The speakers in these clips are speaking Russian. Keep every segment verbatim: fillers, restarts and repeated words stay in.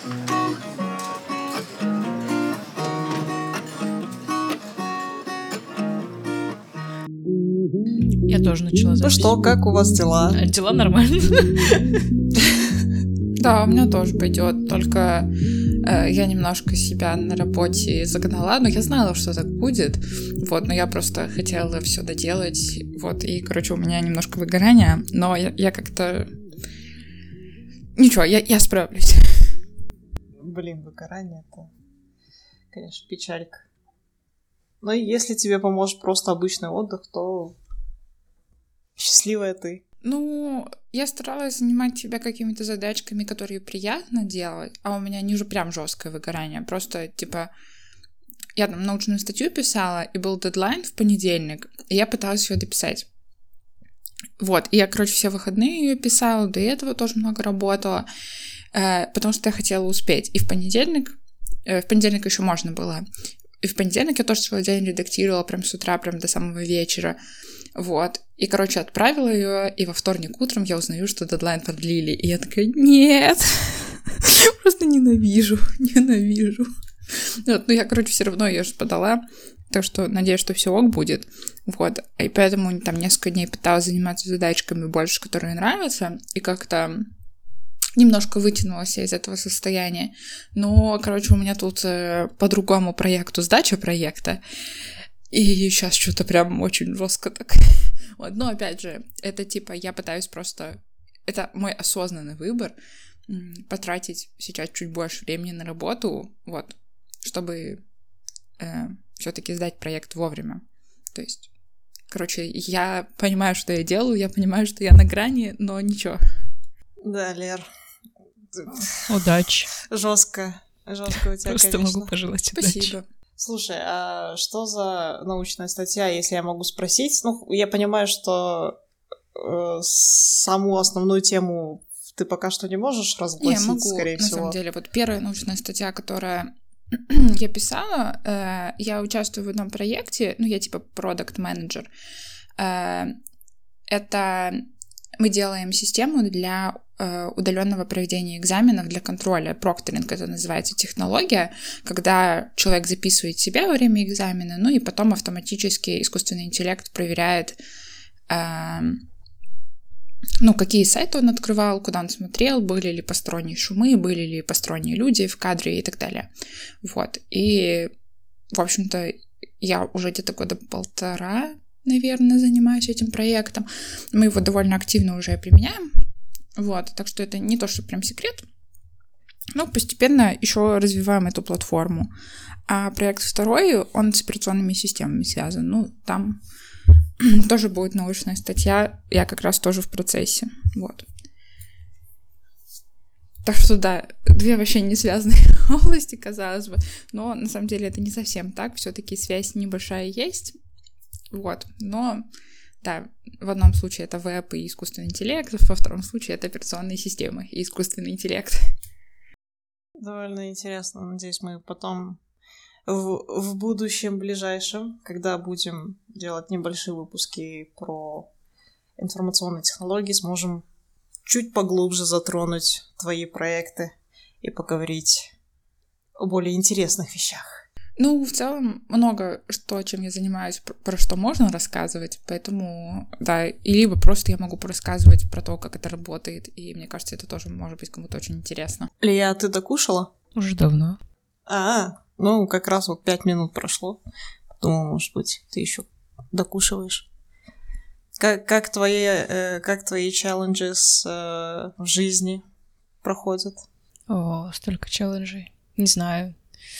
Я тоже начала запись. Ну что, как у вас дела? Дела нормально. Да, у меня тоже пойдет, только э, я немножко себя на работе загнала, но я знала, что так будет, вот, но я просто хотела все доделать, вот, и, короче, у меня немножко выгорание, но я, я как-то... Ничего, я, я справлюсь. Блин, выгорание — это, конечно, печалька. Но если тебе поможет просто обычный отдых, то счастливая ты. Ну, я старалась занимать себя какими-то задачками, которые приятно делать, а у меня не уже прям жесткое выгорание. Просто, типа, я там научную статью писала, и был дедлайн в понедельник, и я пыталась ее дописать. Вот, и я, короче, все выходные ее писала, до этого тоже много работала, э, потому что я хотела успеть. И в понедельник, э, в понедельник еще можно было, и в понедельник я тоже целый день редактировала, прям с утра, прям до самого вечера. Вот. И, короче, отправила ее, и во вторник утром я узнаю, что дедлайн продлили. И я такая, нет, просто ненавижу, ненавижу. Вот, но я, короче, все равно ее же подала, так что надеюсь, что все ок будет. Вот. И поэтому там несколько дней пыталась заниматься задачками больше, которые нравятся, и как-то немножко вытянулась я из этого состояния. Но, короче, у меня тут э, по другому проекту сдача проекта, и сейчас что-то прям очень жестко так. Вот. Но опять же, это типа я пытаюсь просто... Это мой осознанный выбор потратить сейчас чуть больше времени на работу, вот, чтобы э, все-таки сдать проект вовремя. То есть, короче, я понимаю, что я делаю, я понимаю, что я на грани, но ничего. Да, Лер. Удачи. Жестко. Жестко у тебя, Просто конечно. могу пожелать удачи. Спасибо. Слушай, а что за научная статья, если я могу спросить? Ну, я понимаю, что э, саму основную тему ты пока что не можешь разгласить, не, могу, скорее на всего. На самом деле, вот первая научная статья, которая я писала, э, я участвую в одном проекте, ну, я типа продакт-менеджер. Э, это мы делаем систему для э, удаленного проведения экзаменов для контроля. Прокторинг — это называется технология, когда человек записывает себя во время экзамена, ну и потом автоматически искусственный интеллект проверяет, э, ну, какие сайты он открывал, куда он смотрел, были ли посторонние шумы, были ли посторонние люди в кадре и так далее. Вот. И, в общем-то, я уже где-то года полтора, наверное, занимаюсь этим проектом. Мы его довольно активно уже применяем. Вот. Так что это не то, что прям секрет. Но постепенно еще развиваем эту платформу. А проект второй, он с операционными системами связан. Ну, там тоже будет научная статья, я как раз тоже в процессе, вот. Так что да, две вообще не связанные области, казалось бы, но на самом деле это не совсем так, все-таки связь небольшая есть, вот, но да, в одном случае это веб и искусственный интеллект, во втором случае это операционные системы и искусственный интеллект. Довольно интересно, надеюсь, мы потом... В, в будущем ближайшем, когда будем делать небольшие выпуски про информационные технологии, сможем чуть поглубже затронуть твои проекты и поговорить о более интересных вещах. Ну, в целом, много что, чем я занимаюсь, про, про что можно рассказывать, поэтому, да, и либо просто я могу порассказывать про то, как это работает, и мне кажется, это тоже может быть кому-то очень интересно. Лия, ты докушала? Уже давно. А, ну, как раз вот пять минут прошло. Думала, может быть, ты еще докушиваешь. Как, как твои, э, как твои челленджи с, э, в жизни проходят? О, столько челленджей. Не знаю.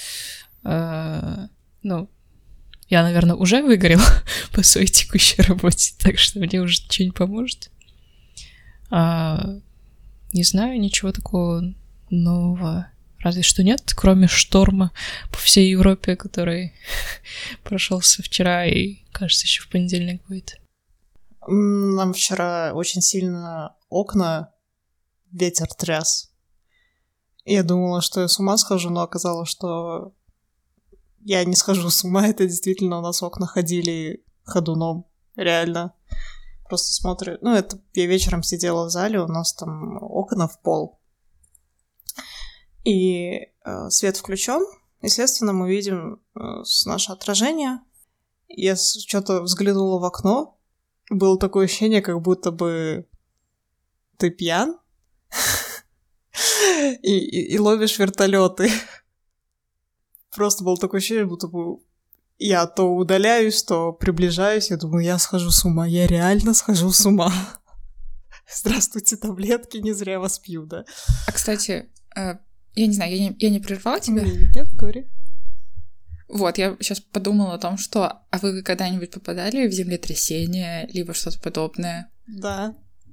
Э, ну, я, наверное, уже выгорела по своей текущей работе, так что мне уже ничего не поможет. А, не знаю, ничего такого нового. Разве что нет, кроме шторма по всей Европе, который прошелся вчера и, кажется, еще в понедельник будет. Нам вчера очень сильно окна ветер тряс. Я думала, что я с ума схожу, но оказалось, что я не схожу с ума. Это действительно у нас окна ходили ходуном. Реально. Просто смотрю... Ну, это я вечером сидела в зале, у нас там окна в пол. и э, свет включен. Естественно, мы видим э, наше отражение. Я что-то взглянула в окно. Было такое ощущение, как будто бы ты пьян и, и, и ловишь вертолеты. Просто было такое ощущение, будто бы я то удаляюсь, то приближаюсь. Я думаю, я схожу с ума. Я реально схожу с ума. Здравствуйте, таблетки, не зря вас пью, да? А, кстати, э, я не знаю, я не, я не прервала тебя? Нет, говори. Вот, я сейчас подумала о том, что... А вы когда-нибудь попадали в землетрясение, либо что-то подобное? Да.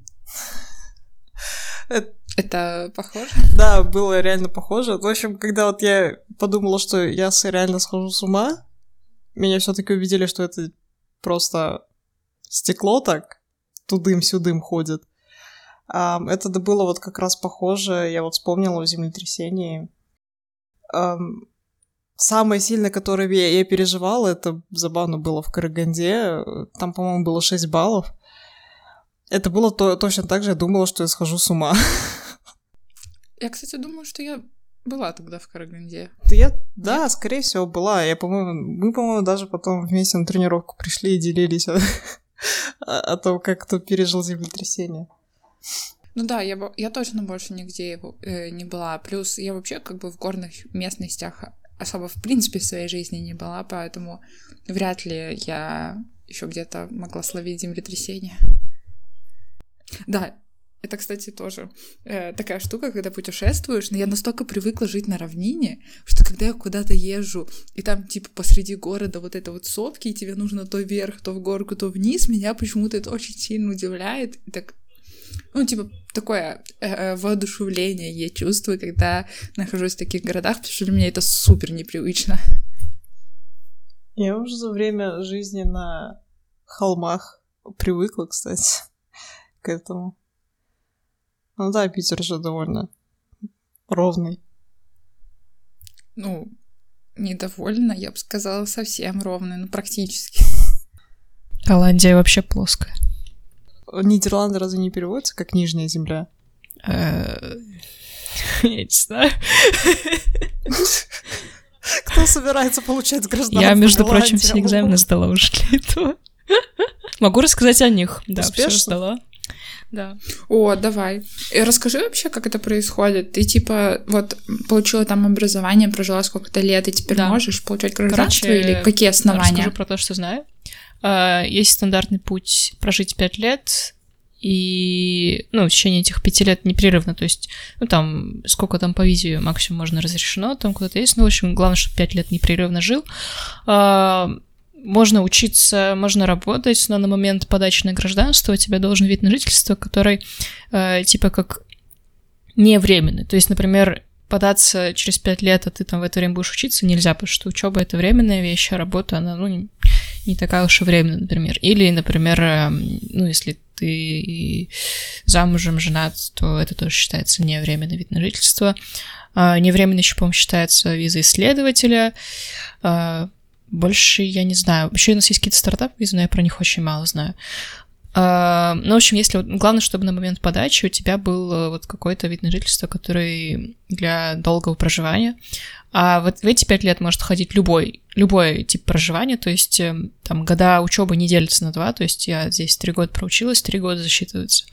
Это похоже? Да, было реально похоже. В общем, когда вот я подумала, что я реально схожу с ума, меня все-таки убедили, что это просто стекло так тудым-сюдым ходит. А, это было вот как раз похоже. Я вот вспомнила о землетрясении. А, самое сильное, которое я, я переживала, это забавно было в Караганде. Там, по-моему, было шесть баллов. Это было то, точно так же, я думала, что я схожу с ума. Я, кстати, думаю, что я была тогда в Караганде. Я, да, Нет? скорее всего, была. Я, по-моему, мы, по-моему, даже потом вместе на тренировку пришли и делились о, о том, как кто пережил землетрясение. Ну да, я, я точно больше нигде его, э, не была. Плюс я вообще как бы в горных местностях особо в принципе в своей жизни не была, поэтому вряд ли я еще где-то могла словить землетрясение. Да, это, кстати, тоже э, такая штука, когда путешествуешь, но я настолько привыкла жить на равнине, что когда я куда-то езжу, и там, типа, посреди города вот это вот сопки, и тебе нужно то вверх, то в горку, то вниз, меня почему-то это очень сильно удивляет. И так, ну, типа, такое э, воодушевление я чувствую, когда нахожусь в таких городах, потому что для меня это супер непривычно. Я уже за время жизни на холмах привыкла, кстати, к этому. Ну да, Питер же довольно ровный. Ну, недовольно, я бы сказала, совсем ровный, ну, практически. Голландия вообще плоская. Нидерланды разве не переводятся как Нижняя Земля? Я не знаю. Кто собирается получать гражданство? Я, между прочим, все экзамены сдала уже для этого. Могу рассказать о них. Да, все сдала. Да. О, давай. И расскажи вообще, как это происходит. Ты, типа, вот, получила там образование, прожила сколько-то лет, и теперь да. можешь получать гражданство? Короче, или какие основания? Расскажу про то, что знаю. Есть стандартный путь прожить пять лет, и, ну, в течение этих пяти лет непрерывно, то есть, ну, там, сколько там по визе максимум можно разрешено, там куда-то есть, ну, в общем, главное, чтобы пять лет непрерывно жил. Можно учиться, можно работать, но на момент подачи на гражданство у тебя должен вид на жительство, который э, типа как невременный. То есть, например, податься через пять лет, а ты там в это время будешь учиться, нельзя, потому что учеба это временная вещь, а работа, она, ну, не, не такая уж и временная, например. Или, например, э, ну, если ты замужем, женат, то это тоже считается невременный вид на жительство. Э, невременный еще, по-моему, считается виза исследователя. Э, Больше я не знаю. Еще у нас есть какие-то стартап-визы, но я про них очень мало знаю. Uh, ну, в общем, если главное, чтобы на момент подачи у тебя был вот какой-то вид на жительство, который для долгого проживания. А вот в эти пять лет может ходить любой, любой тип проживания, то есть там года учебы не делятся на два, то есть я здесь три года проучилась, три года засчитываются.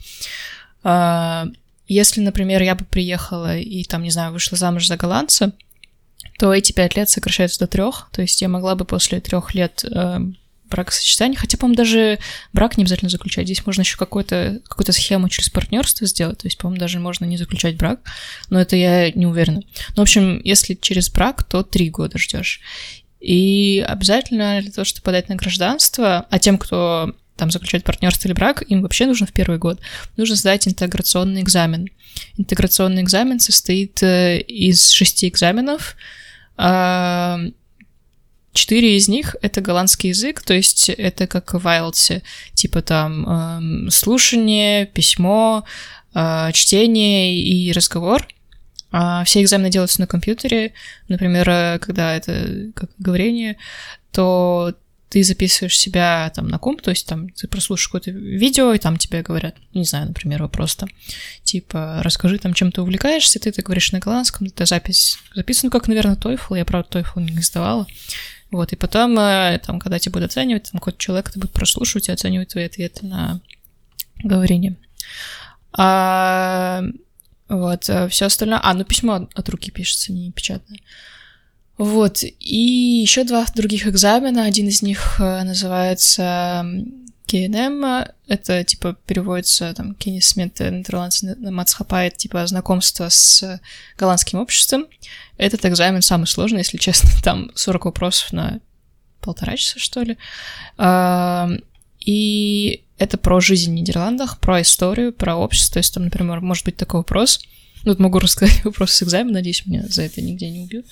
Uh, если, например, я бы приехала и там, не знаю, вышла замуж за голландца, то эти пять лет сокращаются до трех, то есть я могла бы после трех лет э, бракосочетания, хотя, по-моему, даже брак не обязательно заключать, здесь можно еще какую-то, какую-то схему через партнерство сделать, то есть, по-моему, даже можно не заключать брак, но это я не уверена. Ну, в общем, если через брак, то три года ждешь. И обязательно для того, чтобы подать на гражданство, а тем, кто там заключает партнерство или брак, им вообще нужно в первый год, нужно сдать интеграционный экзамен. Интеграционный экзамен состоит из шести экзаменов. Четыре из них — это голландский язык, то есть это как в айлтсе, типа там слушание, письмо, чтение и разговор. Все экзамены делаются на компьютере. Например, когда это как говорение, то ты записываешь себя там на комп, то есть там ты прослушаешь какое-то видео, и там тебе говорят, не знаю, например, вопрос там, типа, расскажи там, чем ты увлекаешься, ты это говоришь на голландском, это запись записана, как, наверное, TOEFL, я, правда, TOEFL не сдавала. Вот, и потом, там, когда тебя будут оценивать, там какой-то человек это будет прослушивать и оценивать твои ответы на говорение. А, вот, все остальное... А, ну, письмо от руки пишется, не печатное. Вот, и еще два других экзамена. Один из них называется кей эн эм. Это, типа, переводится, там, Kennis met Nederlandse maatschappij, типа, знакомство с голландским обществом. Этот экзамен самый сложный, если честно. Там сорок вопросов на полтора часа, что ли. И это про жизнь в Нидерландах, про историю, про общество. То есть там, например, может быть такой вопрос. Ну, вот могу рассказать вопрос с экзамена, надеюсь, меня за это нигде не убьют.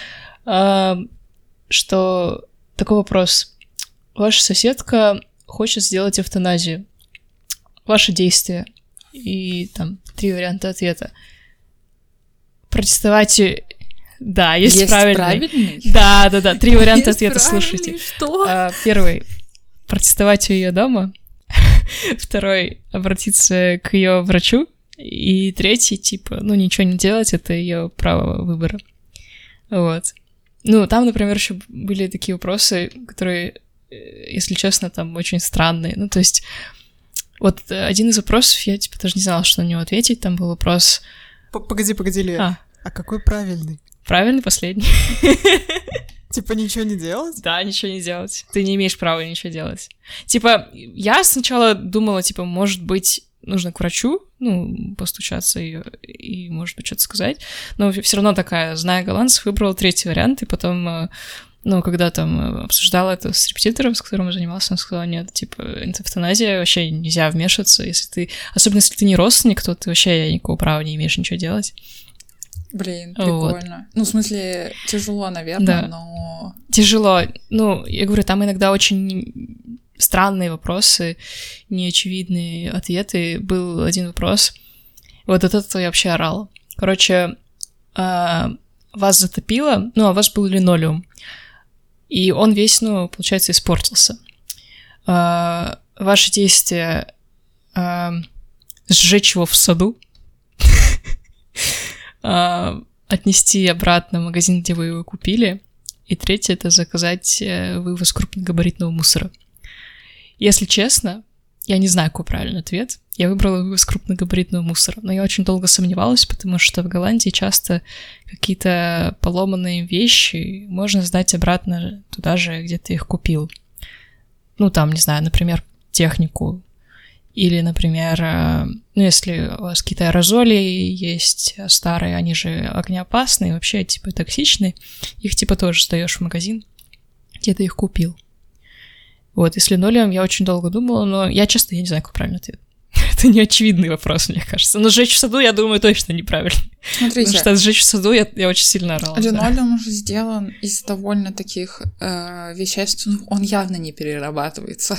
Что такой вопрос. Ваша соседка хочет сделать эвтаназию. Ваши действия. И там три варианта ответа. Протестовать... Да, есть, есть правильный. правильный. Да, да, да. Три варианта есть ответа, слушайте. Что? А, первый. Протестовать у ее дома. Второй. Обратиться к ее врачу. И третий, типа, ну, ничего не делать, это ее право выбора. Вот. Ну, там, например, еще были такие вопросы, которые, если честно, там очень странные. Ну, то есть, вот один из вопросов, я, типа, даже не знала, что на него ответить. Там был вопрос... Погоди, погоди, Лия. А, а какой правильный? Правильный, последний. Типа ничего не делать? Да, ничего не делать. Ты не имеешь права ничего делать. Типа, я сначала думала, типа, может быть, нужно к врачу, ну, постучаться и, и может быть, что-то сказать. Но все равно такая, зная голландцев, выбрала третий вариант, и потом, ну, когда там обсуждала это с репетитором, с которым я занималась, он сказал, нет, типа, это эвтаназия, вообще нельзя вмешиваться, если ты... Особенно, если ты не родственник, то ты вообще никакого права не имеешь ничего делать. Блин, прикольно. Вот. Ну, в смысле, тяжело, наверное, да. но... Тяжело. Ну, я говорю, там иногда очень странные вопросы, неочевидные ответы. Был один вопрос. Вот от этого я вообще орала. Короче, вас затопило, ну, а у вас был линолеум. И он весь, ну, получается, испортился. Ваши действия сжечь его в саду, отнести обратно в магазин, где вы его купили. И третье — это заказать вывоз крупногабаритного мусора. Если честно, я не знаю, какой правильный ответ. Я выбрала вывоз крупногабаритного мусора, но я очень долго сомневалась, потому что в Голландии часто какие-то поломанные вещи можно сдать обратно туда же, где ты их купил. Ну, там, не знаю, например, технику. Или, например, ну, если у вас какие-то аэрозоли есть старые, они же огнеопасные, вообще, типа, токсичные, их, типа, тоже сдаешь в магазин, где ты их купил. Вот, и с линолеум я очень долго думала, но я, честно, я не знаю, какой правильный ответ. Это не очевидный вопрос, мне кажется. Но сжечь в саду, я думаю, точно неправильно. Смотрите. Потому что сжечь в саду я, я очень сильно орала. Линолеум да. же сделан из довольно таких э, веществ, он явно не перерабатывается.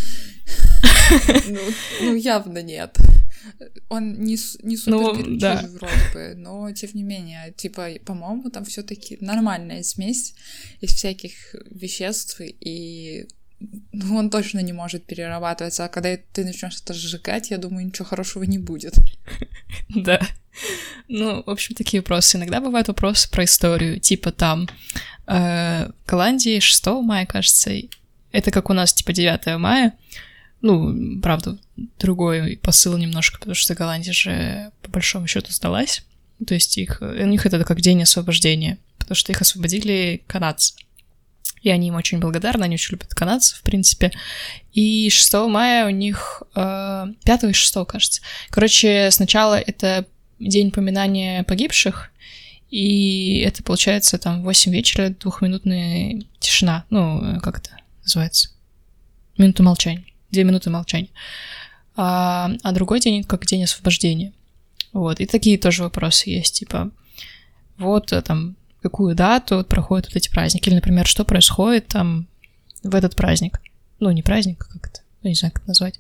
Ну, ну, явно нет. Он не, не супер ну, горячий да. вроде бы, но тем не менее, типа, по-моему, там все-таки нормальная смесь из всяких веществ, и ну, он точно не может перерабатываться. А когда ты начнешь это сжигать, я думаю, ничего хорошего не будет. Да. Ну, в общем, такие вопросы. Иногда бывают вопросы про историю, типа там в Голландии шестого мая, кажется, это как у нас, типа, девятого мая. Ну, правда, другой посыл немножко, потому что Голландия же, по большому счету, сдалась. То есть их, у них это как день освобождения, потому что их освободили канадцы. И они им очень благодарны, они очень любят канадцев, в принципе. И шестого мая у них... пятого и шестого, кажется. Короче, сначала это день поминания погибших, и это, получается, там, в восемь вечера двухминутная тишина. Ну, как это называется? Минута молчания. Две минуты молчания. А, а другой день как день освобождения. Вот. И такие тоже вопросы есть, типа, вот, там, какую дату проходят вот эти праздники, или, например, что происходит там в этот праздник. Ну, не праздник, как это, я не знаю, как это назвать.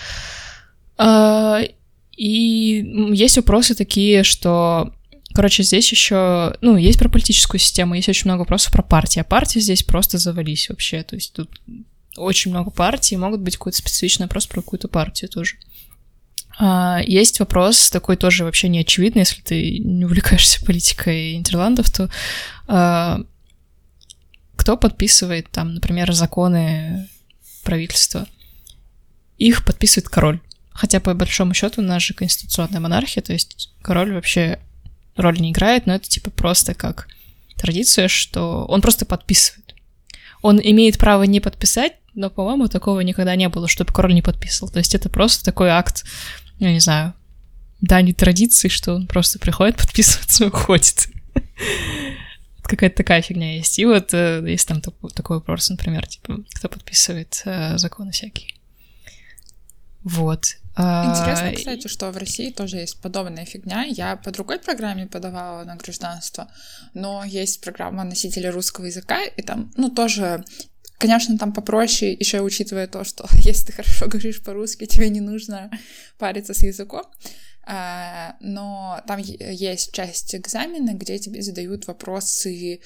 А, и есть вопросы такие, что, короче, здесь еще, ну, есть про политическую систему, есть очень много вопросов про партии, а партии здесь просто завались вообще, то есть тут очень много партий, могут быть какой-то специфичный вопрос про какую-то партию тоже. А, есть вопрос такой тоже вообще не очевидный, если ты не увлекаешься политикой Нидерландов, то а, кто подписывает там, например, законы правительства? Их подписывает король. Хотя, по большому счету, у нас же конституционная монархия, то есть король вообще роль не играет, но это типа просто как традиция, что он просто подписывает. Он имеет право не подписать, но, по-моему, такого никогда не было, чтобы король не подписывал. То есть это просто такой акт, я не знаю, дани традиции, что он просто приходит, подписывается и уходит. Какая-то такая фигня есть. И вот есть там такой вопрос, например, типа, кто подписывает законы всякие. Вот. Интересно, кстати, что в России тоже есть подобная фигня. Я по другой программе подавала на гражданство, но есть программа носителя русского языка, и там, ну, тоже, конечно, там попроще, еще учитывая то, что если ты хорошо говоришь по-русски, тебе не нужно париться с языком. Но там есть часть экзамена, где тебе задают вопросы,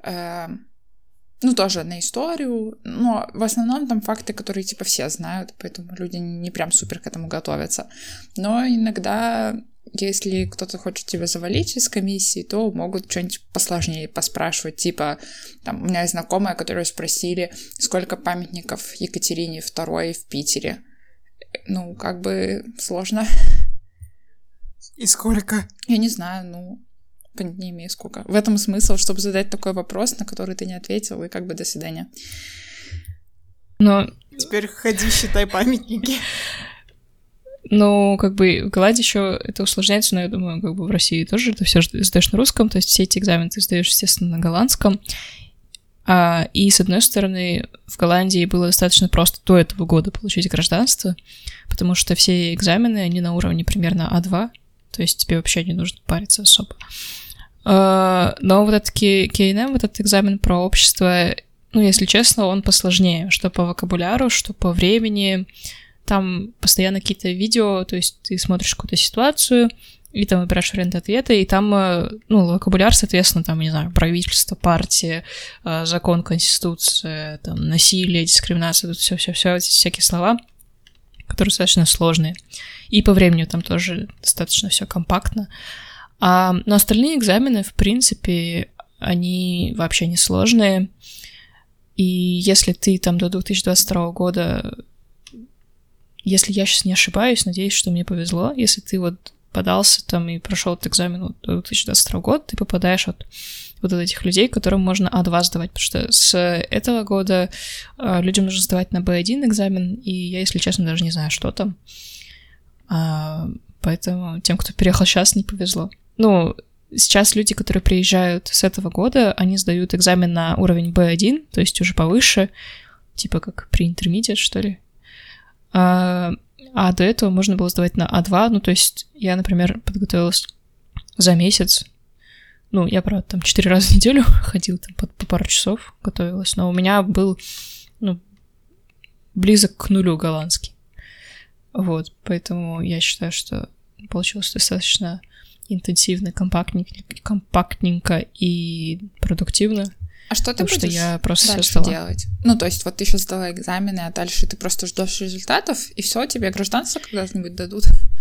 ну, тоже на историю, но в основном там факты, которые, типа, все знают, поэтому люди не прям супер к этому готовятся. Но иногда, если кто-то хочет тебя завалить из комиссии, то могут что-нибудь посложнее поспрашивать, типа, там, у меня есть знакомая, которую спросили, сколько памятников Екатерине второй в Питере. Ну, как бы сложно. И сколько? Я не знаю, ну... не имею сколько. В этом смысл, чтобы задать такой вопрос, на который ты не ответил, и как бы до свидания. Но... Теперь ходи, считай памятники. Ну, как бы в Голландии еще это усложняется, но я думаю, как бы в России тоже ты все сдаешь на русском, то есть все эти экзамены ты сдаешь, естественно, на голландском. А, и, с одной стороны, в Голландии было достаточно просто до этого года получить гражданство, потому что все экзамены, они на уровне примерно а два, то есть тебе вообще не нужно париться особо. Но вот этот кей эн эм, вот этот экзамен про общество, ну, если честно, он посложнее, что по вокабуляру, что по времени. Там постоянно какие-то видео, то есть ты смотришь какую-то ситуацию, и там выбираешь варианты ответа, и там, ну, вокабуляр, соответственно, там, не знаю, правительство, партия, закон, конституция, там, насилие, дискриминация, тут все-все-все, эти всякие слова, которые достаточно сложные. И по времени там тоже достаточно все компактно. А, но остальные экзамены, в принципе, они вообще не сложные. И если ты там до две тысячи двадцать второго года, если я сейчас не ошибаюсь, надеюсь, что мне повезло, если ты вот подался там и прошел этот экзамен вот до две тысячи двадцать второго года, ты попадаешь вот, вот от этих людей, которым можно а два сдавать, потому что с этого года э, людям нужно сдавать на бэ один экзамен, и я, если честно, даже не знаю, что там. А, поэтому тем, кто переехал сейчас, не повезло. Ну, сейчас люди, которые приезжают с этого года, они сдают экзамен на уровень бэ один, то есть уже повыше, типа как pre-intermediate, что ли. А, а до этого можно было сдавать на а два, ну, то есть я, например, подготовилась за месяц. Ну, я, правда, там четыре раза в неделю ходила, там по, по пару часов готовилась, но у меня был, ну, близок к нулю голландский. Вот, поэтому я считаю, что получилось достаточно интенсивно, компактненько, компактненько и продуктивно. А что ты будешь что я просто дальше делать? Ну, то есть вот ты сейчас сдала экзамены, а дальше ты просто ждешь результатов, и все, тебе гражданство когда-нибудь дадут?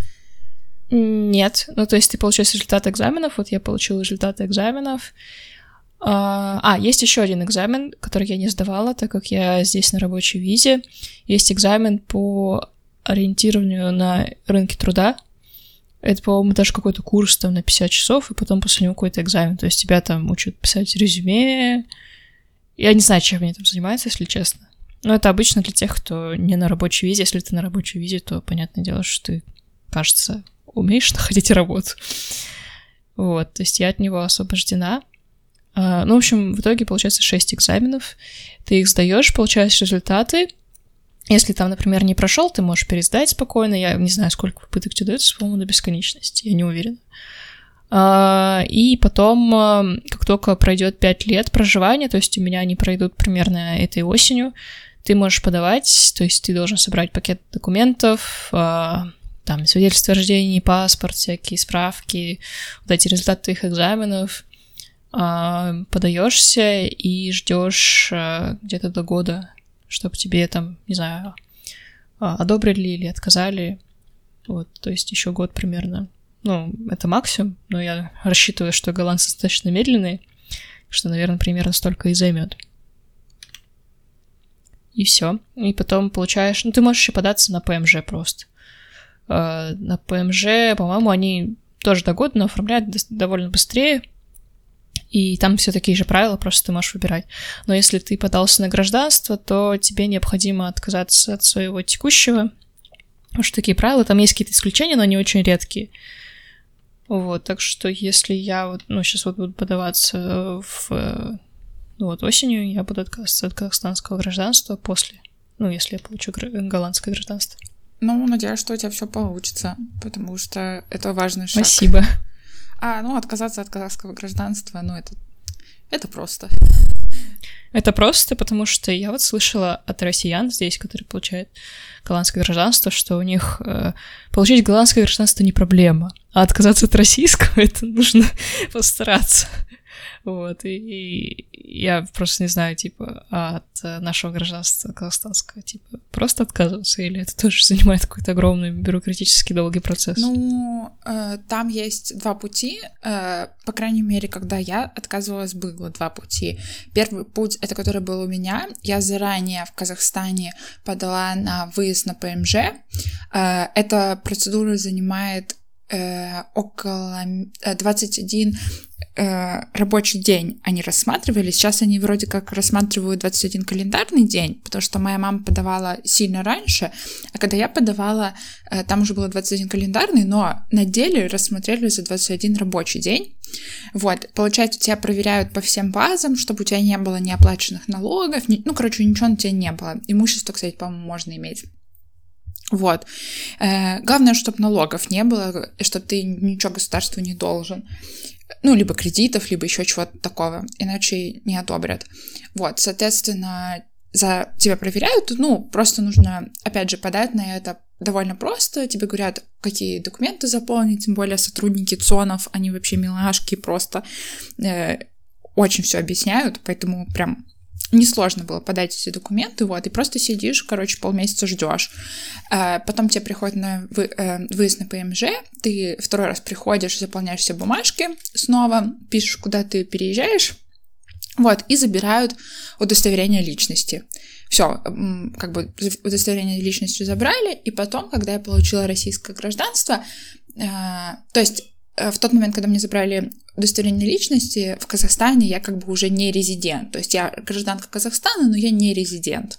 Нет. Ну, то есть ты получаешь результаты экзаменов, вот я получила результаты экзаменов. А, а, есть еще один экзамен, который я не сдавала, так как я здесь на рабочей визе. Есть экзамен по ориентированию на рынке труда. Это, по-моему, даже какой-то курс там на пятьдесят часов, и потом после него какой-то экзамен. То есть тебя там учат писать резюме. Я не знаю, чем они там занимаются, если честно. Но это обычно для тех, кто не на рабочей визе. Если ты на рабочей визе, то, понятное дело, что ты, кажется, умеешь находить работу. Вот, то есть я от него освобождена. А, ну, в общем, в итоге получается шесть экзаменов. Ты их сдаешь, получаешь результаты. Если там, например, не прошел, ты можешь пересдать спокойно. Я не знаю, сколько попыток тебе дается, по-моему, до бесконечности. Я не уверена. А, и потом, как только пройдет пять лет проживания, то есть у меня они пройдут примерно этой осенью, ты можешь подавать, то есть ты должен собрать пакет документов, а, там, свидетельство о рождении, паспорт, всякие справки, вот эти результаты твоих экзаменов, а, подаешься и ждешь а, где-то до года. чтобы тебе там, не знаю, одобрили или отказали. Вот, то есть еще год примерно. Ну, это максимум, но я рассчитываю, что голландцы достаточно медленные, что, наверное, примерно столько и займет. И все. И потом получаешь... Ну, ты можешь еще податься на ПМЖ просто. Э, на ПМЖ, по-моему, они тоже до года, но оформляют довольно быстрее. И там все такие же правила, просто ты можешь выбирать. Но если ты подался на гражданство, то тебе необходимо отказаться от своего текущего. Потому что такие правила, там есть какие-то исключения, но они очень редкие. Вот, так что если я вот, ну, сейчас вот буду подаваться в... Ну вот осенью я буду отказываться от казахстанского гражданства после, ну, если я получу голландское гражданство. Ну, надеюсь, что у тебя все получится, потому что это важный шаг. Спасибо. А, ну, отказаться от казахского гражданства, ну, это, это просто. Это просто, потому что я вот слышала от россиян здесь, которые получают голландское гражданство, что у них э, получить голландское гражданство не проблема, а отказаться от российского — это нужно постараться. Вот, и, и я просто не знаю, типа, а от нашего гражданства казахстанского, типа, просто отказываться, или это тоже занимает какой-то огромный бюрократически долгий процесс? Ну, э, там есть два пути, э, по крайней мере, когда я отказывалась, было два пути. Первый путь, это который был у меня, я заранее в Казахстане подала на выезд на ПМЖ, э, эта процедура занимает э, около двадцать один э, рабочий день они рассматривали. Сейчас они вроде как рассматривают двадцать один календарный день, потому что моя мама подавала сильно раньше, а когда я подавала, э, там уже было двадцать один календарный, но на деле рассмотрели за двадцать один рабочий день. Вот, получается, тебя проверяют по всем базам, чтобы у тебя не было неоплаченных налогов, ни, ну, короче, ничего на тебя не было. Имущество, кстати, по-моему, можно иметь. Вот. Э, главное, чтобы налогов не было, чтобы ты ничего государству не должен. Ну, либо кредитов, либо еще чего-то такого, иначе не одобрят. Вот, соответственно, за тебя проверяют, ну, просто нужно, опять же, подать на это довольно просто. Тебе говорят, какие документы заполнить, тем более сотрудники ЦОНов, они вообще милашки, просто э, очень все объясняют, поэтому прям несложно было подать эти документы, вот, и просто сидишь, короче, полмесяца ждешь. А потом тебе приходит на вы, э, выезд на ПМЖ, ты второй раз приходишь, заполняешь все бумажки, снова пишешь, куда ты переезжаешь, вот, и забирают удостоверение личности. Все, как бы удостоверение личности забрали, и потом, когда я получила российское гражданство, э, то есть в тот момент, когда мне забрали удостоверение личности, в Казахстане я как бы уже не резидент. То есть я гражданка Казахстана, но я не резидент.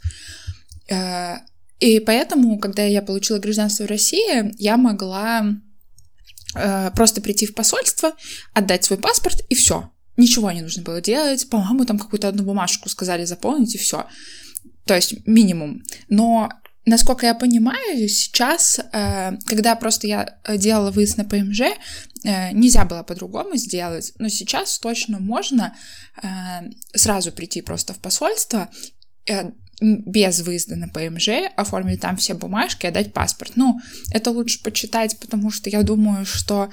И поэтому, когда я получила гражданство в России, я могла просто прийти в посольство, отдать свой паспорт, и все. Ничего не нужно было делать. По-моему, там какую-то одну бумажку сказали заполнить, и все. То есть минимум. Но насколько я понимаю, сейчас, когда просто я делала выезд на ПМЖ, нельзя было по-другому сделать, но сейчас точно можно сразу прийти просто в посольство без выезда на ПМЖ, оформить там все бумажки, отдать паспорт. Ну, это лучше почитать, потому что я думаю, что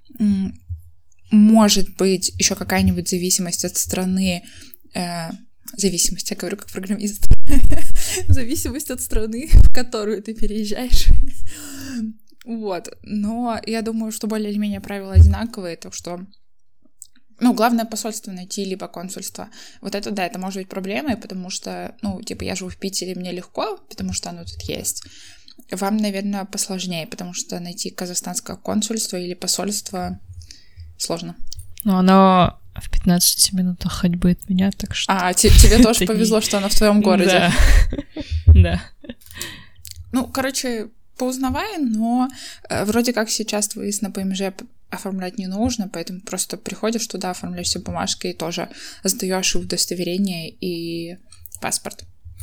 может быть еще какая-нибудь зависимость от страны. Зависимость, я говорю как программист. Зависимость от страны, в которую ты переезжаешь. Вот. Но я думаю, что более или менее правила одинаковые, так что... Ну, главное посольство найти, либо консульство. Вот это, да, это может быть проблемой, потому что, ну, типа, я живу в Питере, мне легко, потому что оно тут есть. Вам, наверное, посложнее, потому что найти казахстанское консульство или посольство сложно. Ну, оно в пятнадцати минутах ходьбы от меня, так что... А, тебе тоже повезло, что оно в твоем городе. Да. Да. Ну, короче, поузнавай, но вроде как сейчас выезд на ПМЖ оформлять не нужно, поэтому просто приходишь туда, оформляешь все бумажки и тоже сдаешь удостоверение и паспорт.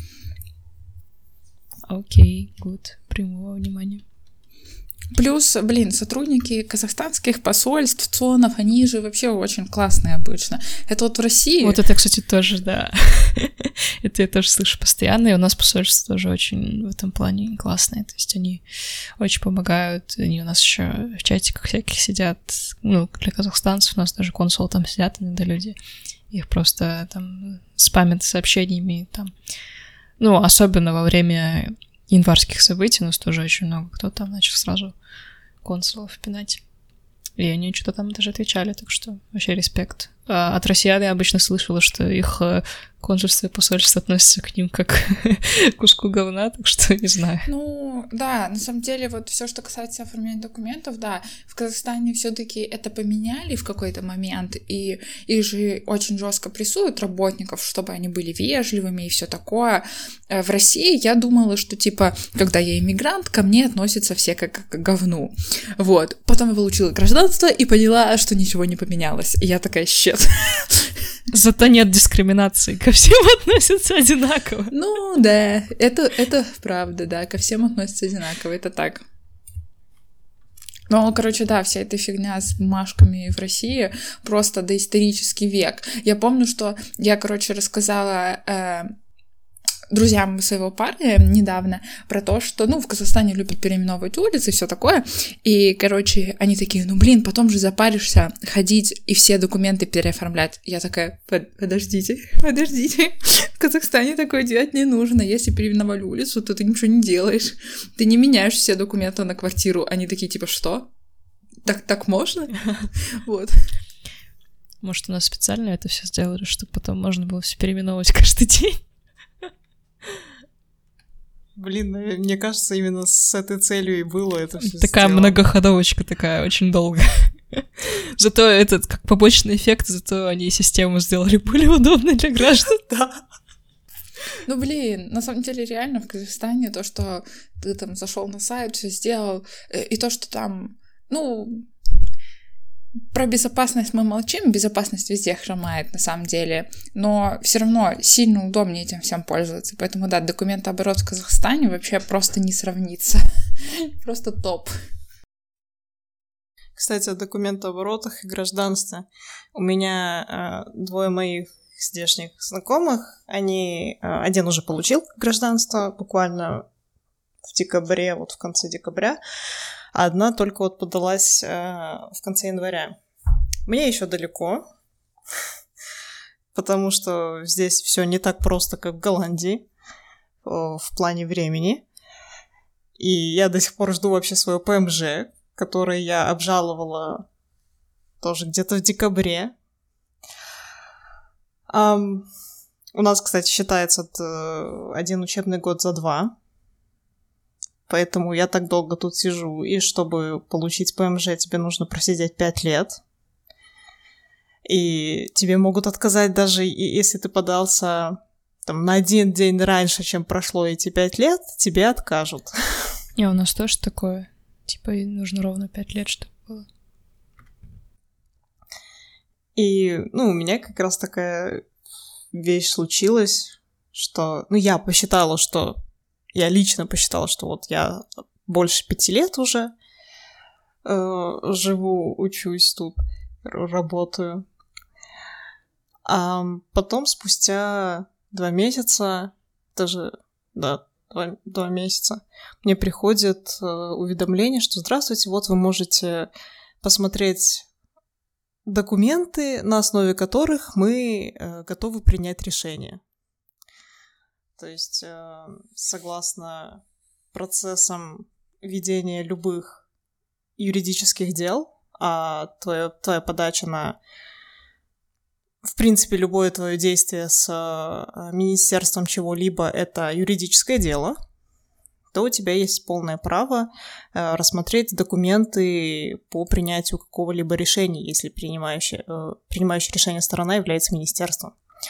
Окей, гуд, приму во внимание. Плюс, блин, сотрудники казахстанских посольств, ЦОНов, они же вообще очень классные обычно. Это вот в России... Вот это, кстати, тоже, да. Это я тоже слышу постоянно, и у нас посольства тоже очень в этом плане классные. То есть они очень помогают, они у нас еще в чатиках всяких сидят. Ну, для казахстанцев у нас даже консулы там сидят иногда люди. Их просто там спамят сообщениями, там Ну, особенно во время январских событий у нас тоже очень много кто там начал сразу консулов пинать. И они что-то там даже отвечали, так что вообще респект. А от россиян я обычно слышала, что их консульство и посольство относятся к ним как к куску говна, так что не знаю. Ну, да, на самом деле, вот все, что касается оформления документов, да, в Казахстане все-таки это поменяли в какой-то момент, и их же очень жестко прессуют работников, чтобы они были вежливыми и все такое. В России я думала, что, типа, когда я иммигрант, ко мне относятся все как к говну. Вот. Потом я получила гражданство и поняла, что ничего не поменялось. И я такая, щет. Зато нет дискриминации, ко всем относятся одинаково. Ну, да, это, это правда, да, ко всем относятся одинаково, это так. Ну, короче, да, вся эта фигня с бумажками в России просто доисторический век. Я помню, что я, короче, рассказала э, друзьям своего парня недавно про то, что, ну, в Казахстане любят переименовывать улицы и все такое, и, короче, они такие, ну, блин, потом же запаришься ходить и все документы переоформлять. Я такая, подождите, подождите, в Казахстане такое делать не нужно, если переименовали улицу, то ты ничего не делаешь, ты не меняешь все документы на квартиру. Они такие, типа, что? Так, так можно? Вот. Может, у нас специально это все сделали, чтобы потом можно было все переименовывать каждый день? Блин, мне кажется, именно с этой целью и было это все Такая сделано. многоходовочка такая, очень долгая. Зато этот, как побочный эффект, зато они систему сделали более удобной для граждан. Да. Ну, блин, на самом деле, реально в Казахстане то, что ты там зашел на сайт, все сделал, и то, что там, ну, про безопасность мы молчим, безопасность везде хромает на самом деле, но все равно сильно удобнее этим всем пользоваться, поэтому, да, документооборот в Казахстане вообще просто не сравнится, просто топ. Кстати, о документооборотах и гражданстве. У меня э, двое моих здешних знакомых, они, э, один уже получил гражданство буквально в декабре, вот в конце декабря, а одна только вот подалась э, в конце января. Мне еще далеко, потому что здесь все не так просто, как в Голландии, э, в плане времени. И я до сих пор жду вообще свое ПМЖ, которое я обжаловала тоже где-то в декабре. Um, у нас, кстати, считается это один учебный год за два. Поэтому я так долго тут сижу. И чтобы получить ПМЖ, тебе нужно просидеть пять лет. И тебе могут отказать даже если ты подался там, на один день раньше, чем прошло эти пять лет, тебе откажут. И у нас тоже такое. Типа, нужно ровно пять лет, чтобы было. И, ну, у меня как раз такая вещь случилась, что... Ну, я посчитала, что... Я лично посчитала, что вот я больше пяти лет уже э, живу, учусь тут, работаю. А потом, спустя два месяца, даже, да, два, два месяца, мне приходит э, уведомление, что «Здравствуйте, вот вы можете посмотреть документы, на основе которых мы э, готовы принять решение». То есть, э, согласно процессам ведения любых юридических дел, а твоя, твоя подача на, в принципе, любое твое действие с э, министерством чего-либо — это юридическое дело, то у тебя есть полное право э, рассмотреть документы по принятию какого-либо решения, если принимающая, э, принимающая решение сторона является министерством.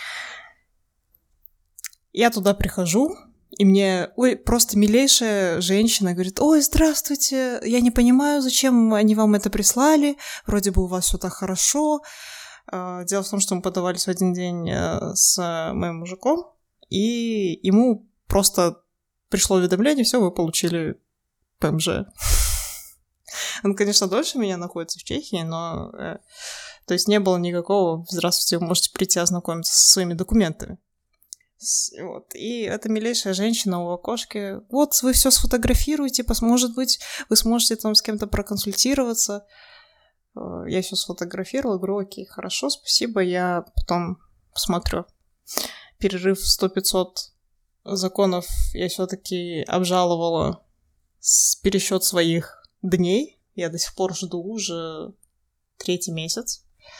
Я туда прихожу, и мне, ой, просто милейшая женщина говорит: «Ой, здравствуйте, я не понимаю, зачем они вам это прислали, вроде бы у вас все так хорошо». Дело в том, что мы подавались в один день с моим мужиком, и ему просто пришло уведомление: все, вы получили ПМЖ. Он, конечно, дольше меня находится в Чехии, но... То есть не было никакого «здравствуйте, вы можете прийти ознакомиться со своими документами». Вот. И эта милейшая женщина у окошки: вот вы все сфотографируете, может быть, вы сможете там с кем-то проконсультироваться. Я все сфотографировала, говорю: окей, хорошо, спасибо, я потом посмотрю. Перерыв сто-пятьсот законов я все-таки обжаловала с пересчет своих дней. Я до сих пор жду уже третий месяц.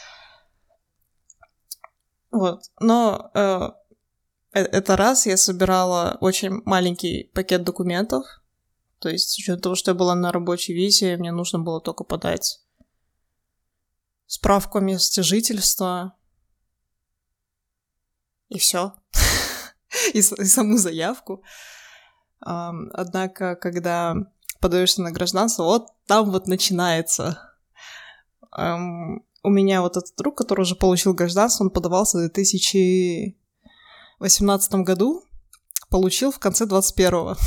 Вот. Но э, это раз я собирала очень маленький пакет документов. То есть, с учетом того, что я была на рабочей визе, мне нужно было только подать справку о месте жительства. И все. И, и саму заявку. Um, однако, когда подаешься на гражданство, вот там вот начинается. Um, у меня вот этот друг, который уже получил гражданство, он подавался в две тысячи восемнадцатом году, получил в конце двадцать первого.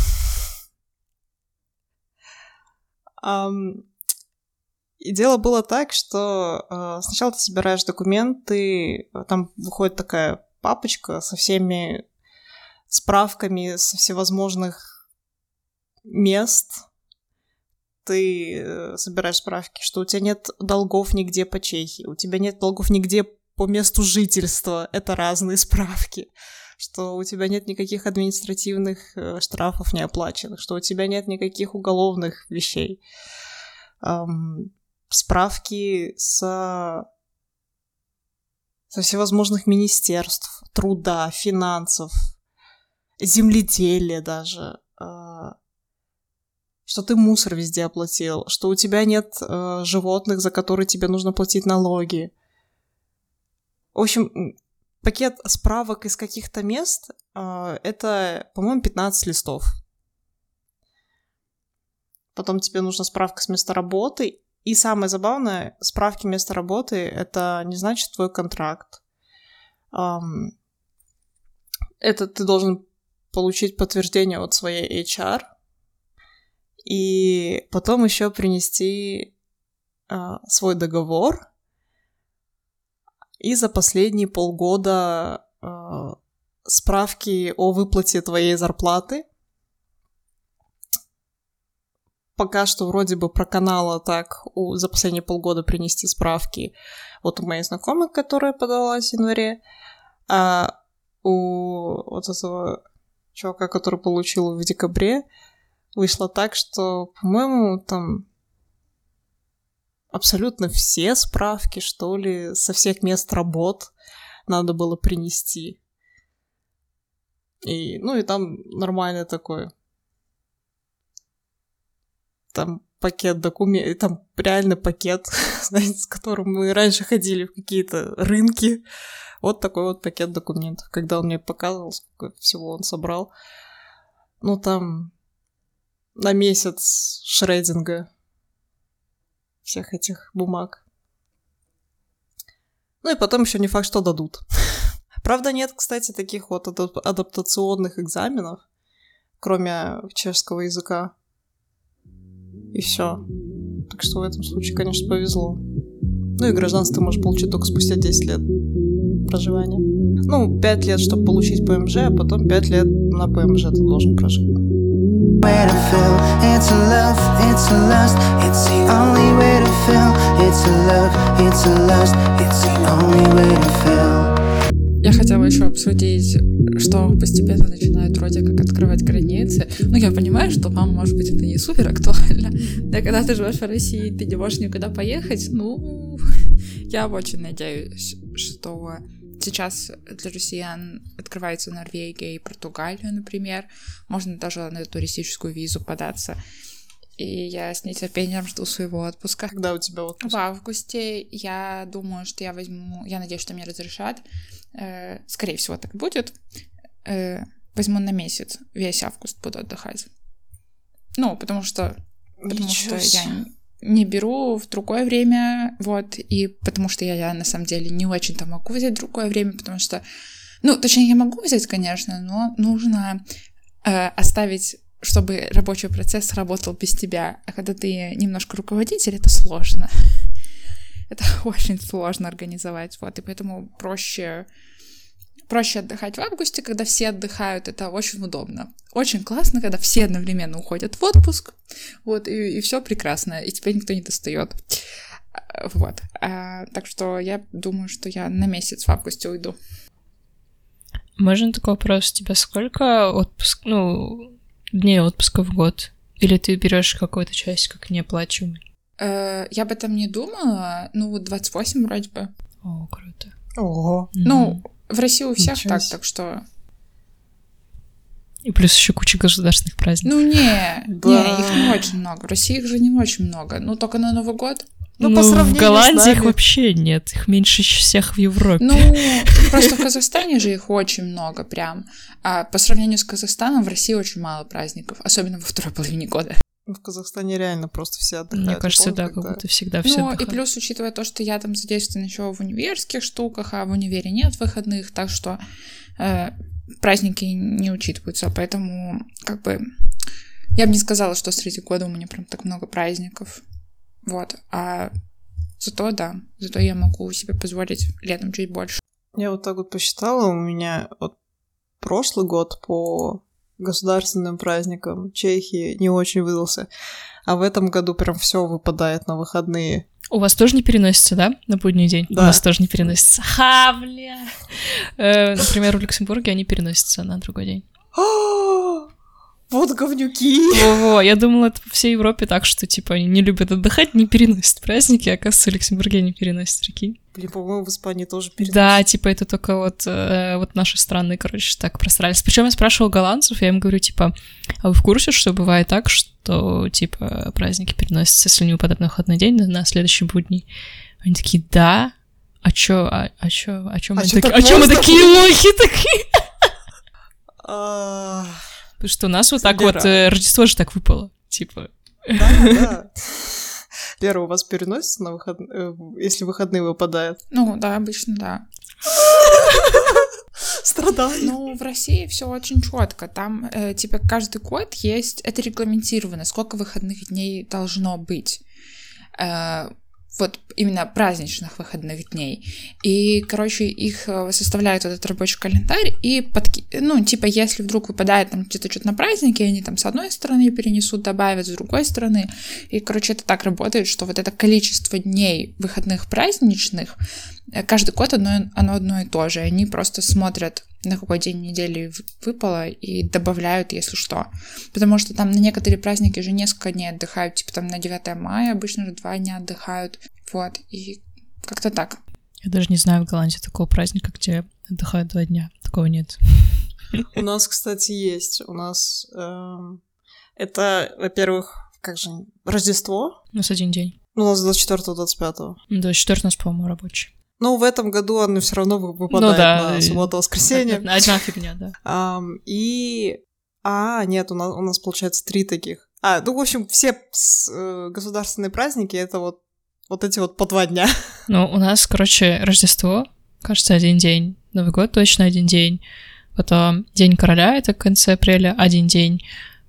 Um, и дело было так, что uh, сначала ты собираешь документы, там выходит такая папочка со всеми справками со всевозможных мест. Ты собираешь справки, что у тебя нет долгов нигде по Чехии, у тебя нет долгов нигде по месту жительства. Это разные справки. Что у тебя нет никаких административных штрафов неоплаченных, что у тебя нет никаких уголовных вещей. Эм, справки со... со всевозможных министерств, труда, финансов, земледелие даже, что ты мусор везде оплатил, что у тебя нет животных, за которые тебе нужно платить налоги. В общем, пакет справок из каких-то мест — это, по-моему, пятнадцать листов. Потом тебе нужна справка с места работы. И самое забавное, справки места работы — это не значит твой контракт. Это ты должен получить подтверждение от своей эйч ар и потом еще принести а, свой договор и за последние полгода а, справки о выплате твоей зарплаты. Пока что вроде бы проканало так у, за последние полгода принести справки вот у моей знакомой, которая подалась в январе, а у вот этого чувака, который получил в декабре, вышло так, что, по-моему, там абсолютно все справки, что ли, со всех мест работ надо было принести. И, ну и там нормально такое. Там пакет документов, там реально пакет, знаете, с которым мы раньше ходили в какие-то рынки. Вот такой вот пакет документов. Когда он мне показывал, сколько всего он собрал. Ну, там на месяц шрединга всех этих бумаг. Ну и потом еще не факт, что дадут. Правда, нет, кстати, таких вот адаптационных экзаменов, кроме чешского языка. И все. Так что в этом случае, конечно, повезло. Ну и гражданство ты можешь получить только спустя десять лет проживания. Ну, пять лет, чтобы получить ПМЖ, а потом пять лет на ПМЖ ты должен прожить. Я хотела еще обсудить, что постепенно начинают вроде как открывать границы. Ну, я понимаю, что вам, может быть, это не супер актуально. Да, когда ты живешь в России, ты не можешь никуда поехать. Ну, я очень надеюсь, что сейчас для россиян открывается Норвегия и Португалия, например. Можно даже на туристическую визу податься. И я с нетерпением жду своего отпуска. Когда у тебя отпуск? В августе. Я думаю, что я возьму... Я надеюсь, что мне разрешат. Э, скорее всего, так будет. Э, возьму на месяц. Весь август буду отдыхать. Ну, потому что... Потому что я не беру в другое время. Вот. И потому что я, я на самом деле не очень-то могу взять другое время, потому что... Ну, точнее, я могу взять, конечно, но нужно э, оставить... чтобы рабочий процесс работал без тебя. А когда ты немножко руководитель, это сложно. Это очень сложно организовать. Вот, и поэтому проще, проще отдыхать в августе, когда все отдыхают. Это очень удобно. Очень классно, когда все одновременно уходят в отпуск. Вот, и, и все прекрасно. И тебя никто не достает. Вот. А, так что я думаю, что я на месяц в августе уйду. Можно такой вопрос? У тебя сколько отпуск, ну, дней отпуска в год? Или ты берешь какую-то часть как неоплачиваемый? Э, я об этом не думала. Ну, вот двадцать восемь вроде бы. О, круто. Ого. Ну, в России у всех Ничего так, себе. так что... И плюс еще куча государственных праздников. Ну, не, Да. не, их не очень много. В России их же не очень много. Ну, только на Новый год. Ну, Ну, по в сравнению с Голландии их нами. вообще нет. Их меньше всех в Европе. Ну, просто в Казахстане же их очень много прям. А по сравнению с Казахстаном в России очень мало праздников. Особенно во второй половине года. В Казахстане реально просто все отдыхают. Мне Я кажется, помню, да, как когда- будто всегда все Ну, и плюс, учитывая то, что я там задействована еще в универских штуках, а в универе нет выходных, так что э, праздники не учитываются. Поэтому, как бы, я бы не сказала, что среди года у меня прям так много праздников. Вот. А зато, да, зато я могу себе позволить летом чуть больше. Я вот так вот посчитала, у меня вот прошлый год по государственным праздникам Чехии не очень выдался, а в этом году прям все выпадает на выходные. У вас тоже не переносится, да, на будний день? Да. У нас тоже не переносится. Ха, бля. Э, Например, в Люксембурге они переносятся на другой день. Вот говнюки! Во-во, я думала, это по всей Европе так, что, типа, они не любят отдыхать, не переносят праздники, а оказывается, в Люксембурге они переносят, прикинь. Блин, по-моему, в Испании тоже переносят. Да, типа, это только вот, э, вот наши страны, короче, так просрались. Причем я спрашивала голландцев, я им говорю, типа, а вы в курсе, что бывает так, что, типа, праздники переносятся, если не выпадают на выходной день, на, на следующий будний? Они такие, да? А чё, а, а чё, а чё мы, А чё таки- так а чё мы можно? такие лохи такие? А, Потому что у нас вот так вот Лера. э, Рождество же так выпало, типа. Да, да. Лера, у вас переносится на выходные, если выходные выпадают? Ну, да, обычно, да. Страдаю. Ну, в России все очень четко. Там, э, типа, каждый год есть, это регламентировано, сколько выходных дней должно быть. Э, вот именно праздничных выходных дней. И, короче, их э, составляет этот рабочий календарь, и, подки... ну, типа, если вдруг выпадает там где-то что-то на праздники, они там с одной стороны перенесут, добавят, с другой стороны. И, короче, это так работает, что вот это количество дней выходных праздничных э, каждый год одно, оно одно и то же. Они просто смотрят, на какой день недели в- выпало, и добавляют, если что. Потому что там на некоторые праздники же несколько дней отдыхают, типа там на девятое мая обычно же два дня отдыхают. Вот, и как-то так. Я даже не знаю в Голландии такого праздника, где отдыхают два дня. Такого нет. У нас, кстати, есть. У нас эм, это, во-первых, как же, Рождество. У нас один день. Ну, у нас двадцать четвёртого двадцать пятого. двадцать четвёртый у нас, по-моему, рабочий. Но в этом году оно все равно вы- выпадает Ну да, на и- субботу-воскресенье. Одна фигня, да. Ам, и... А, нет, у нас, у нас получается три таких. А, ну, в общем, все с- э, государственные праздники — это вот, вот эти вот по два дня. Ну, у нас, короче, Рождество, кажется, один день. Новый год точно один день. Потом День короля, это в конце апреля, один день.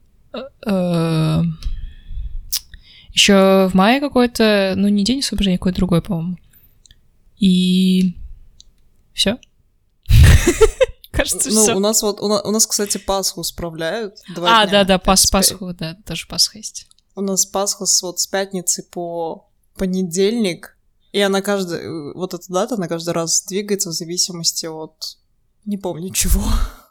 Еще в мае какой-то, ну, не день освобождения, какой-то другой, по-моему. И все. Кажется, Ну, все. у нас вот, у нас, у нас, кстати, Пасху справляют. Два А, дня. да-да, Это Пас, с пя- Пасху, да, даже Пасха есть. У нас Пасха с, вот с пятницы по понедельник, и она каждый, вот эта дата, она каждый раз двигается в зависимости от, не помню чего.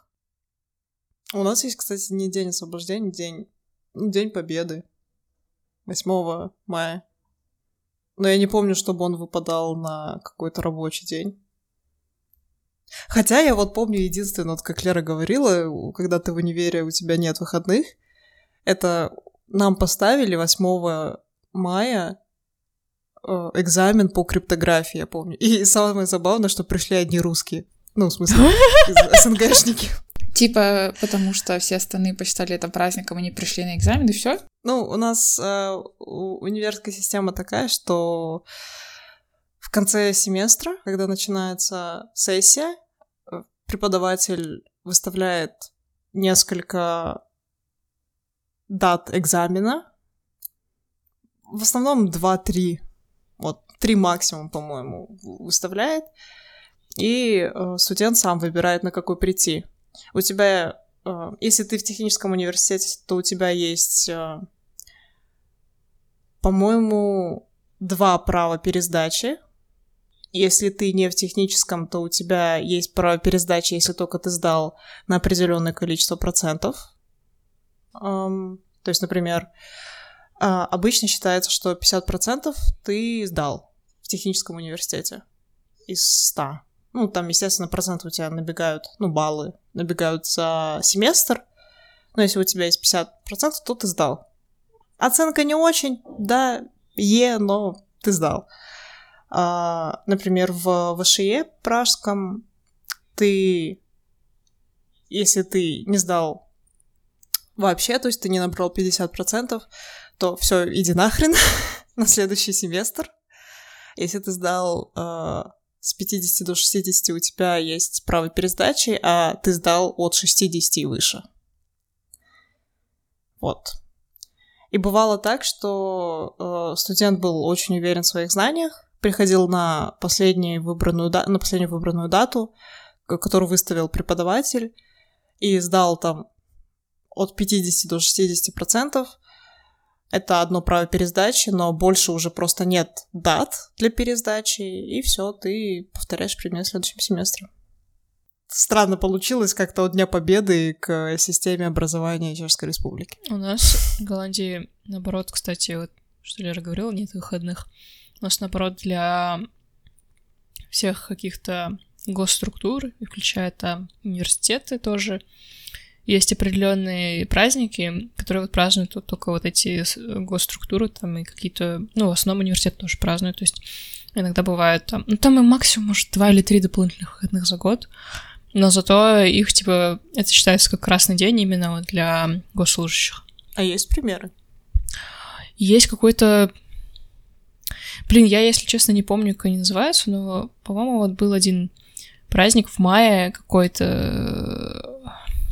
У нас есть, кстати, не день освобождения, день, ну, День Победы, восьмого мая. Но я не помню, чтобы он выпадал на какой-то рабочий день. Хотя я вот помню единственное, вот как Лера говорила, когда ты в универе, у тебя нет выходных, это нам поставили восьмого мая э, экзамен по криптографии, я помню. И самое забавное, что пришли одни русские. Ну, в смысле, из СНГшники. Типа, потому что все остальные посчитали это праздником, они пришли на экзамен, и все. Ну, у нас э, у- универская система такая, что в конце семестра, когда начинается сессия, э, преподаватель выставляет несколько дат экзамена. В основном два-три. Вот, три максимум, по-моему, в- выставляет. И э, студент сам выбирает, на какой прийти. У тебя, э, если ты в техническом университете, то у тебя есть, э, по-моему, два права пересдачи. Если ты не в техническом, то у тебя есть право пересдачи, если только ты сдал на определенное количество процентов. Um, то есть, например, uh, обычно считается, что пятьдесят процентов ты сдал в техническом университете из ста. Ну, там, естественно, проценты у тебя набегают, ну, баллы набегают за семестр. Но если у тебя есть пятьдесят процентов, то ты сдал. Оценка не очень, да, Е, но ты сдал. Uh, например, в ВШЕ пражском ты, если ты не сдал вообще, то есть ты не набрал пятьдесят процентов, то все, иди нахрен на следующий семестр. Если ты сдал uh, с пятидесяти до шестидесяти, у тебя есть право пересдачи, а ты сдал от шестидесяти и выше. Вот. И бывало так, что uh, студент был очень уверен в своих знаниях, приходил на последнюю выбранную, да- на последнюю выбранную дату, которую выставил преподаватель, и сдал там от пятидесяти до шестидесяти процентов. Это одно право пересдачи, но больше уже просто нет дат для пересдачи, и все, ты повторяешь предмет в следующем семестре. Странно получилось как-то от Дня Победы к системе образования Чешской Республики. У нас в Голландии, наоборот, кстати, вот что Лера говорила, нет выходных. У нас, наоборот, для всех каких-то госструктур, включая там университеты тоже, есть определенные праздники, которые вот празднуют вот только вот эти госструктуры там и какие-то, ну, в основном университет тоже празднуют, то есть иногда бывает там, ну, там и максимум, может, два или три дополнительных выходных за год, но зато их, типа, это считается как красный день именно вот для госслужащих. А есть примеры? Есть какой-то... Блин, я, если честно, не помню, как они называются, но, по-моему, вот был один праздник в мае какой-то...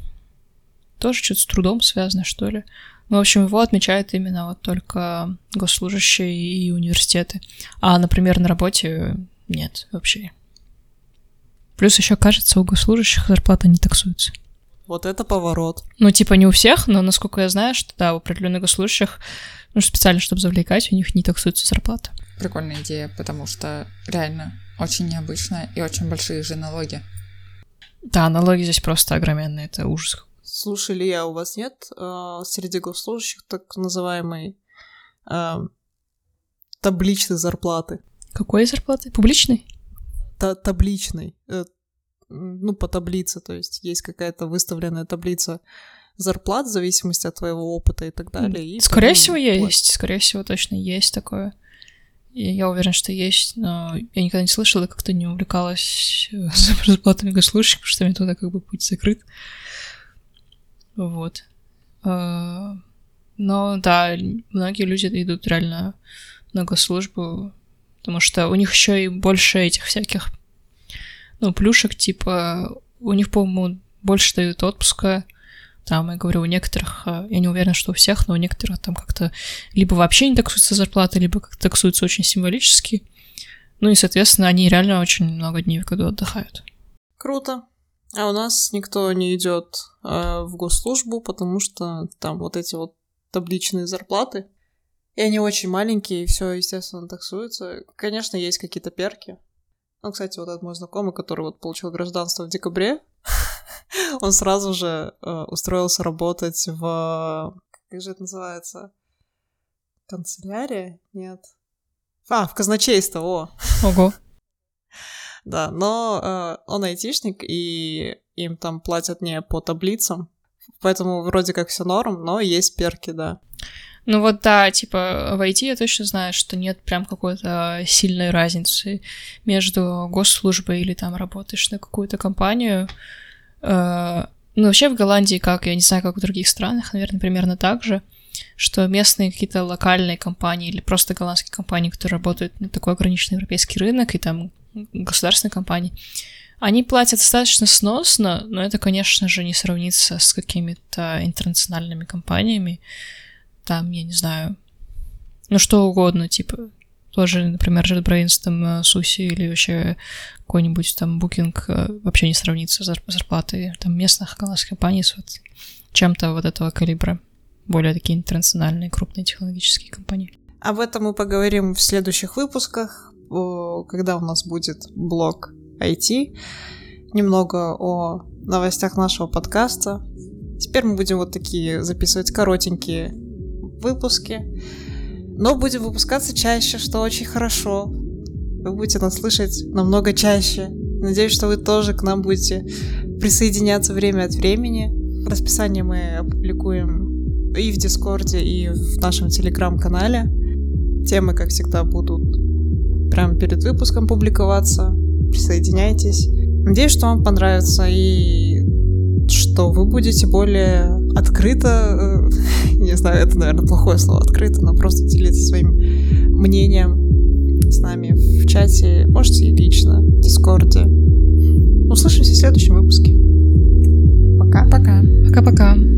Тоже что-то с трудом связано, что ли. Ну, в общем, его отмечают именно вот только госслужащие и университеты. А, например, на работе нет вообще. Плюс еще, кажется, у госслужащих зарплата не таксуется. Вот это поворот. Ну, типа не у всех, но, насколько я знаю, что, да, у определенных госслужащих, ну, специально, чтобы завлекать, у них не таксуется зарплата. Прикольная идея, потому что реально очень необычно и очень большие же налоги. Да, налоги здесь просто огроменные, это ужас. Слушай, Илья, у вас нет э, среди госслужащих так называемой э, табличной зарплаты? Какой зарплаты? Публичной? Та- табличной. Э, ну, по таблице, то есть есть какая-то выставленная таблица зарплат в зависимости от твоего опыта и так далее. И скорее всего, платить. есть. Скорее всего, точно есть такое. И я уверена, что есть, но я никогда не слышала, как-то не увлекалась зарплатами госслужащих, потому что мне туда как бы путь закрыт. Вот. Но да, многие люди идут реально на госслужбу, потому что у них еще и больше этих всяких, ну, плюшек, типа, у них, по-моему, больше дают отпуска. Там, я говорю, у некоторых, я не уверена, что у всех, но у некоторых там как-то либо вообще не таксуется зарплата, либо как-то таксуется очень символически. Ну и, соответственно, они реально очень много дней в году отдыхают. Круто. А у нас никто не идет э, в госслужбу, потому что там вот эти вот табличные зарплаты, и они очень маленькие, и все, естественно, таксуется. Конечно, есть какие-то перки. Ну, кстати, вот этот мой знакомый, который вот получил гражданство в декабре, он сразу же э, устроился работать в... Как же это называется? Канцелярия? Нет. А, в казначейство, о! Ого! Да, но э, он айтишник, и им там платят не по таблицам, поэтому вроде как все норм, но есть перки, да. Ну вот да, типа в ай ти я точно знаю, что нет прям какой-то сильной разницы между госслужбой или там работаешь на какую-то компанию. Э, ну вообще в Голландии, как, я не знаю, как в других странах, наверное, примерно так же, что местные какие-то локальные компании или просто голландские компании, которые работают на такой ограниченный европейский рынок, и там государственные компании, они платят достаточно сносно, но это, конечно же, не сравнится с какими-то интернациональными компаниями. Там, я не знаю, ну что угодно, типа, тоже, например, JetBrains, там, Суси или вообще какой-нибудь там Booking вообще не сравнится с зарплатой там местных голландских компаний с вот чем-то вот этого калибра. Более такие интернациональные, крупные технологические компании. Об этом мы поговорим в следующих выпусках. когда у нас будет блог ай ти, немного о новостях нашего подкаста. Теперь мы будем вот такие записывать коротенькие выпуски, но будем выпускаться чаще, что очень хорошо. Вы будете нас слышать намного чаще. Надеюсь, что вы тоже к нам будете присоединяться время от времени. Расписание мы опубликуем и в Дискорде, и в нашем Телеграм-канале. Темы, как всегда, будут прямо перед выпуском публиковаться. Присоединяйтесь. Надеюсь, что вам понравится и что вы будете более открыто, не знаю, это, наверное, плохое слово, открыто, но просто делиться своим мнением с нами в чате, можете и лично, в Дискорде. Услышимся в следующем выпуске. Пока. Пока. Пока-пока.